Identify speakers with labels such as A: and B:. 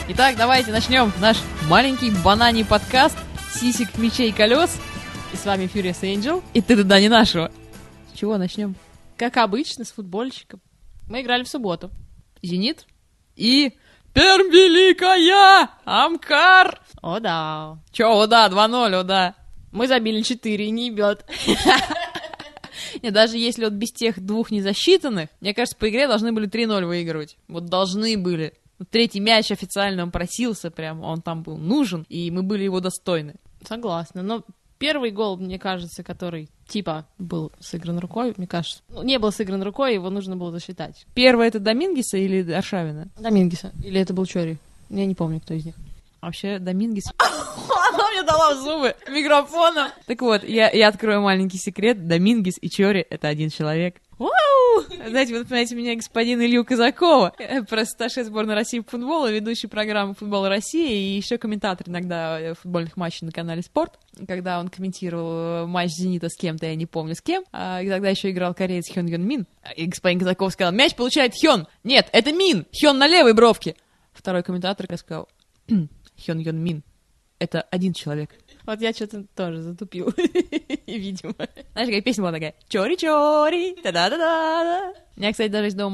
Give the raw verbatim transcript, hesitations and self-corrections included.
A: Итак, давайте начнем наш маленький бананий подкаст «Сисек, мечей, колес». И с вами Furious Angel. И ты туда не нашего. С чего начнем? Как обычно, с футбольщиком. Мы играли в субботу. «Зенит» и «Пермь Великая! Амкар!» О да. Чё, о да, два ноль, о да. Мы забили четыре, и не ебёт. Не, даже если вот без тех двух незасчитанных, мне кажется, по игре должны были три ноль выигрывать. Вот должны были. Третий мяч официально он просился прям, он там был нужен, и мы были его достойны. Согласна, но первый гол, мне кажется, который типа был сыгран рукой, мне кажется, ну, не был сыгран рукой, его нужно было засчитать. Первый это Домингеса или Аршавина? Домингеса. Или это был Чори? Я не помню, кто из них. Вообще, Домингес... Она мне дала в зубы микрофоном. Так вот, я, я открою маленький секрет. Домингес и Чори — это один человек. Вау! Знаете, вы напоминаете меня господин Илью Казакова, старшая сборная России по футболу, ведущий программы «Футбол России» и еще комментатор иногда футбольных матчей на канале «Спорт», когда он комментировал матч «Зенита» с кем-то, я не помню с кем, и тогда еще играл кореец Хён Йон Мин. И господин Казаков сказал: мяч получает Хён. Нет, это Мин. Хён на левой бровке. Второй комментатор сказал: Хён Йон Мин. Это один человек. Вот я что-то тоже затупил, видимо. Знаешь, какая песня была такая? Чори-чори, та-да-да-да. У меня, кстати, даже есть дома